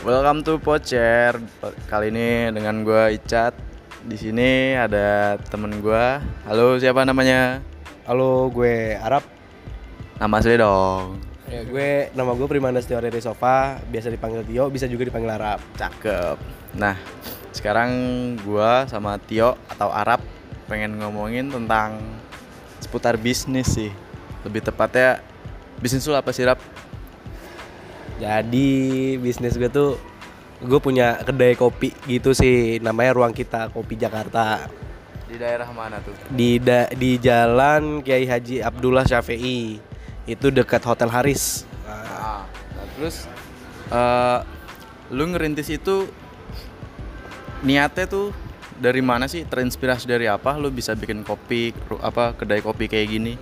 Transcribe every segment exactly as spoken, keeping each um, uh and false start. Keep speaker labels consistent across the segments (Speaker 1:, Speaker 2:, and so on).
Speaker 1: Welcome to Pocer. Kali ini dengan gue Icat. Di sini ada temen gue. Halo, siapa namanya?
Speaker 2: Halo, gue Arab.
Speaker 1: Nama asli dong.
Speaker 2: Ya, gue nama gue Primandas Tio Riri Sofa, biasa dipanggil Tio, bisa juga dipanggil Arab.
Speaker 1: Cakep. Nah, sekarang gue sama Tio atau Arab pengen ngomongin tentang seputar bisnis sih. Lebih tepatnya bisnis lu apa sih, Rap?
Speaker 2: Jadi bisnis gue tuh, gue punya kedai kopi gitu sih, namanya Ruang Kita Kopi Jakarta.
Speaker 1: Di daerah mana tuh?
Speaker 2: Di da, di Jalan Kiai Haji Abdullah Syafi'i, itu dekat Hotel Haris.
Speaker 1: Nah, nah terus uh, lu ngerintis itu niatnya tuh dari mana sih? Terinspirasi dari apa? Lu bisa bikin kopi, apa kedai kopi kayak gini?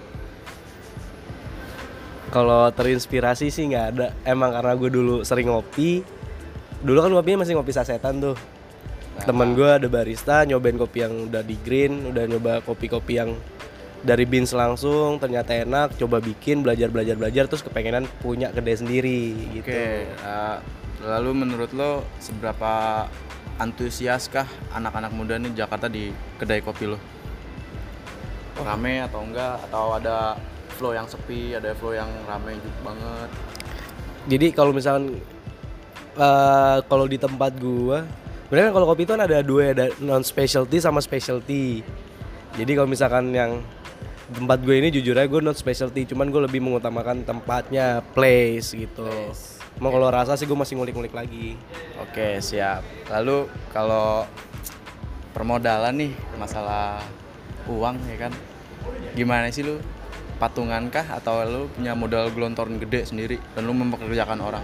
Speaker 2: Kalau terinspirasi sih nggak ada, emang karena gue dulu sering ngopi. Dulu kan kopinya masih ngopi sasetan tuh. Nah, temen gue ada barista nyobain kopi yang udah di green, udah nyoba kopi-kopi yang dari beans langsung, ternyata enak, coba bikin, belajar belajar belajar terus kepengenan punya kedai sendiri gitu.
Speaker 1: Oke, uh, lalu menurut lo seberapa antusiaskah anak-anak muda nih Jakarta di kedai kopi lo? Rame atau enggak, atau ada flow yang sepi, ada flow yang rame juga banget?
Speaker 2: Jadi kalau misalkan uh, kalau di tempat gua, sebenarnya kalau kopi itu kan ada dua, ada non specialty sama specialty. Jadi kalau misalkan yang tempat gue ini jujur aja gue non specialty, cuman gue lebih mengutamakan tempatnya, place gitu.
Speaker 1: Place.
Speaker 2: Emang kalau rasa sih gue masih ngulik-ngulik lagi.
Speaker 1: Oke, siap. Lalu kalau permodalan nih, masalah uang ya kan, gimana sih lu? Patungankah atau lu punya modal gelontoran gede sendiri dan lu mempekerjakan orang?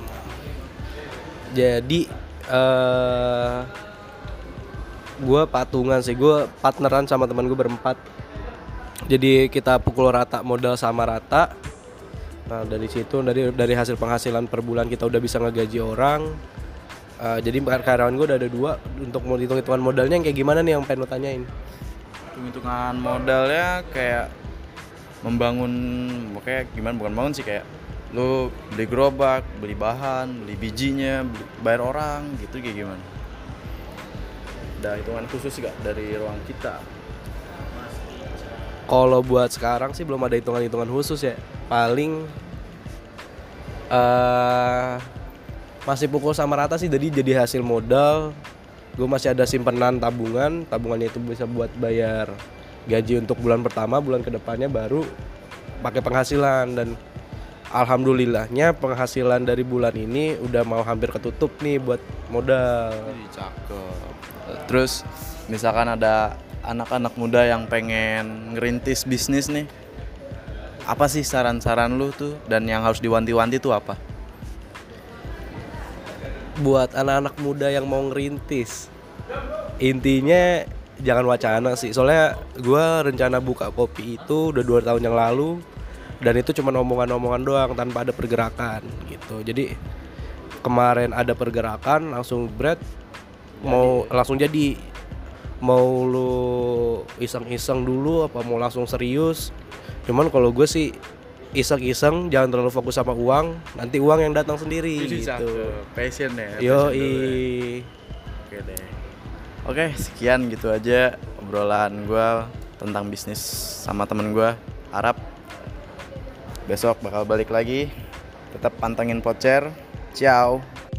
Speaker 2: Jadi uh, gue patungan sih, gue partneran sama teman gue berempat. Jadi kita pukul rata modal sama rata. Nah dari situ dari dari hasil penghasilan per bulan kita udah bisa ngegaji orang. Uh, jadi karyawan gue udah ada dua. Untuk mau hitung-hitungan modalnya yang kayak gimana nih yang pengen lo tanyain?
Speaker 1: Hitung-hitungan modalnya kayak membangun, makanya gimana, bukan bangun sih, kayak lu beli gerobak, beli bahan, beli bijinya, beli, bayar orang gitu, kayak gimana? Ada hitungan khusus gak dari Ruang Kita?
Speaker 2: Kalau buat sekarang sih belum ada hitungan-hitungan khusus ya. Paling uh, masih pukul sama rata sih, jadi jadi hasil modal. Gue masih ada simpenan tabungan, tabungannya itu bisa buat bayar gaji untuk bulan pertama, bulan kedepannya baru pakai penghasilan. Dan alhamdulillahnya penghasilan dari bulan ini udah mau hampir ketutup nih buat modal.
Speaker 1: Ih, cakep. Terus misalkan ada anak-anak muda yang pengen ngerintis bisnis nih, apa sih saran-saran lu tuh, dan yang harus diwanti-wanti tuh apa?
Speaker 2: Buat anak-anak muda yang mau ngerintis, intinya jangan wacana sih, soalnya gue rencana buka kopi itu udah dua tahun yang lalu dan itu cuma omongan-omongan doang tanpa ada pergerakan gitu. Jadi kemarin ada pergerakan langsung bread, mau jadi. langsung jadi. Mau lu iseng-iseng dulu apa mau langsung serius? Cuman kalau gue sih iseng-iseng, jangan terlalu fokus sama uang, nanti uang yang datang sendiri.
Speaker 1: Jadi
Speaker 2: gitu.
Speaker 1: Cakep. Passion ya.
Speaker 2: Yo
Speaker 1: i. Oke deh. Oke, sekian gitu aja obrolan gue tentang bisnis sama temen gue, Arab. Besok bakal balik lagi. Tetap pantengin Pocer. Ciao.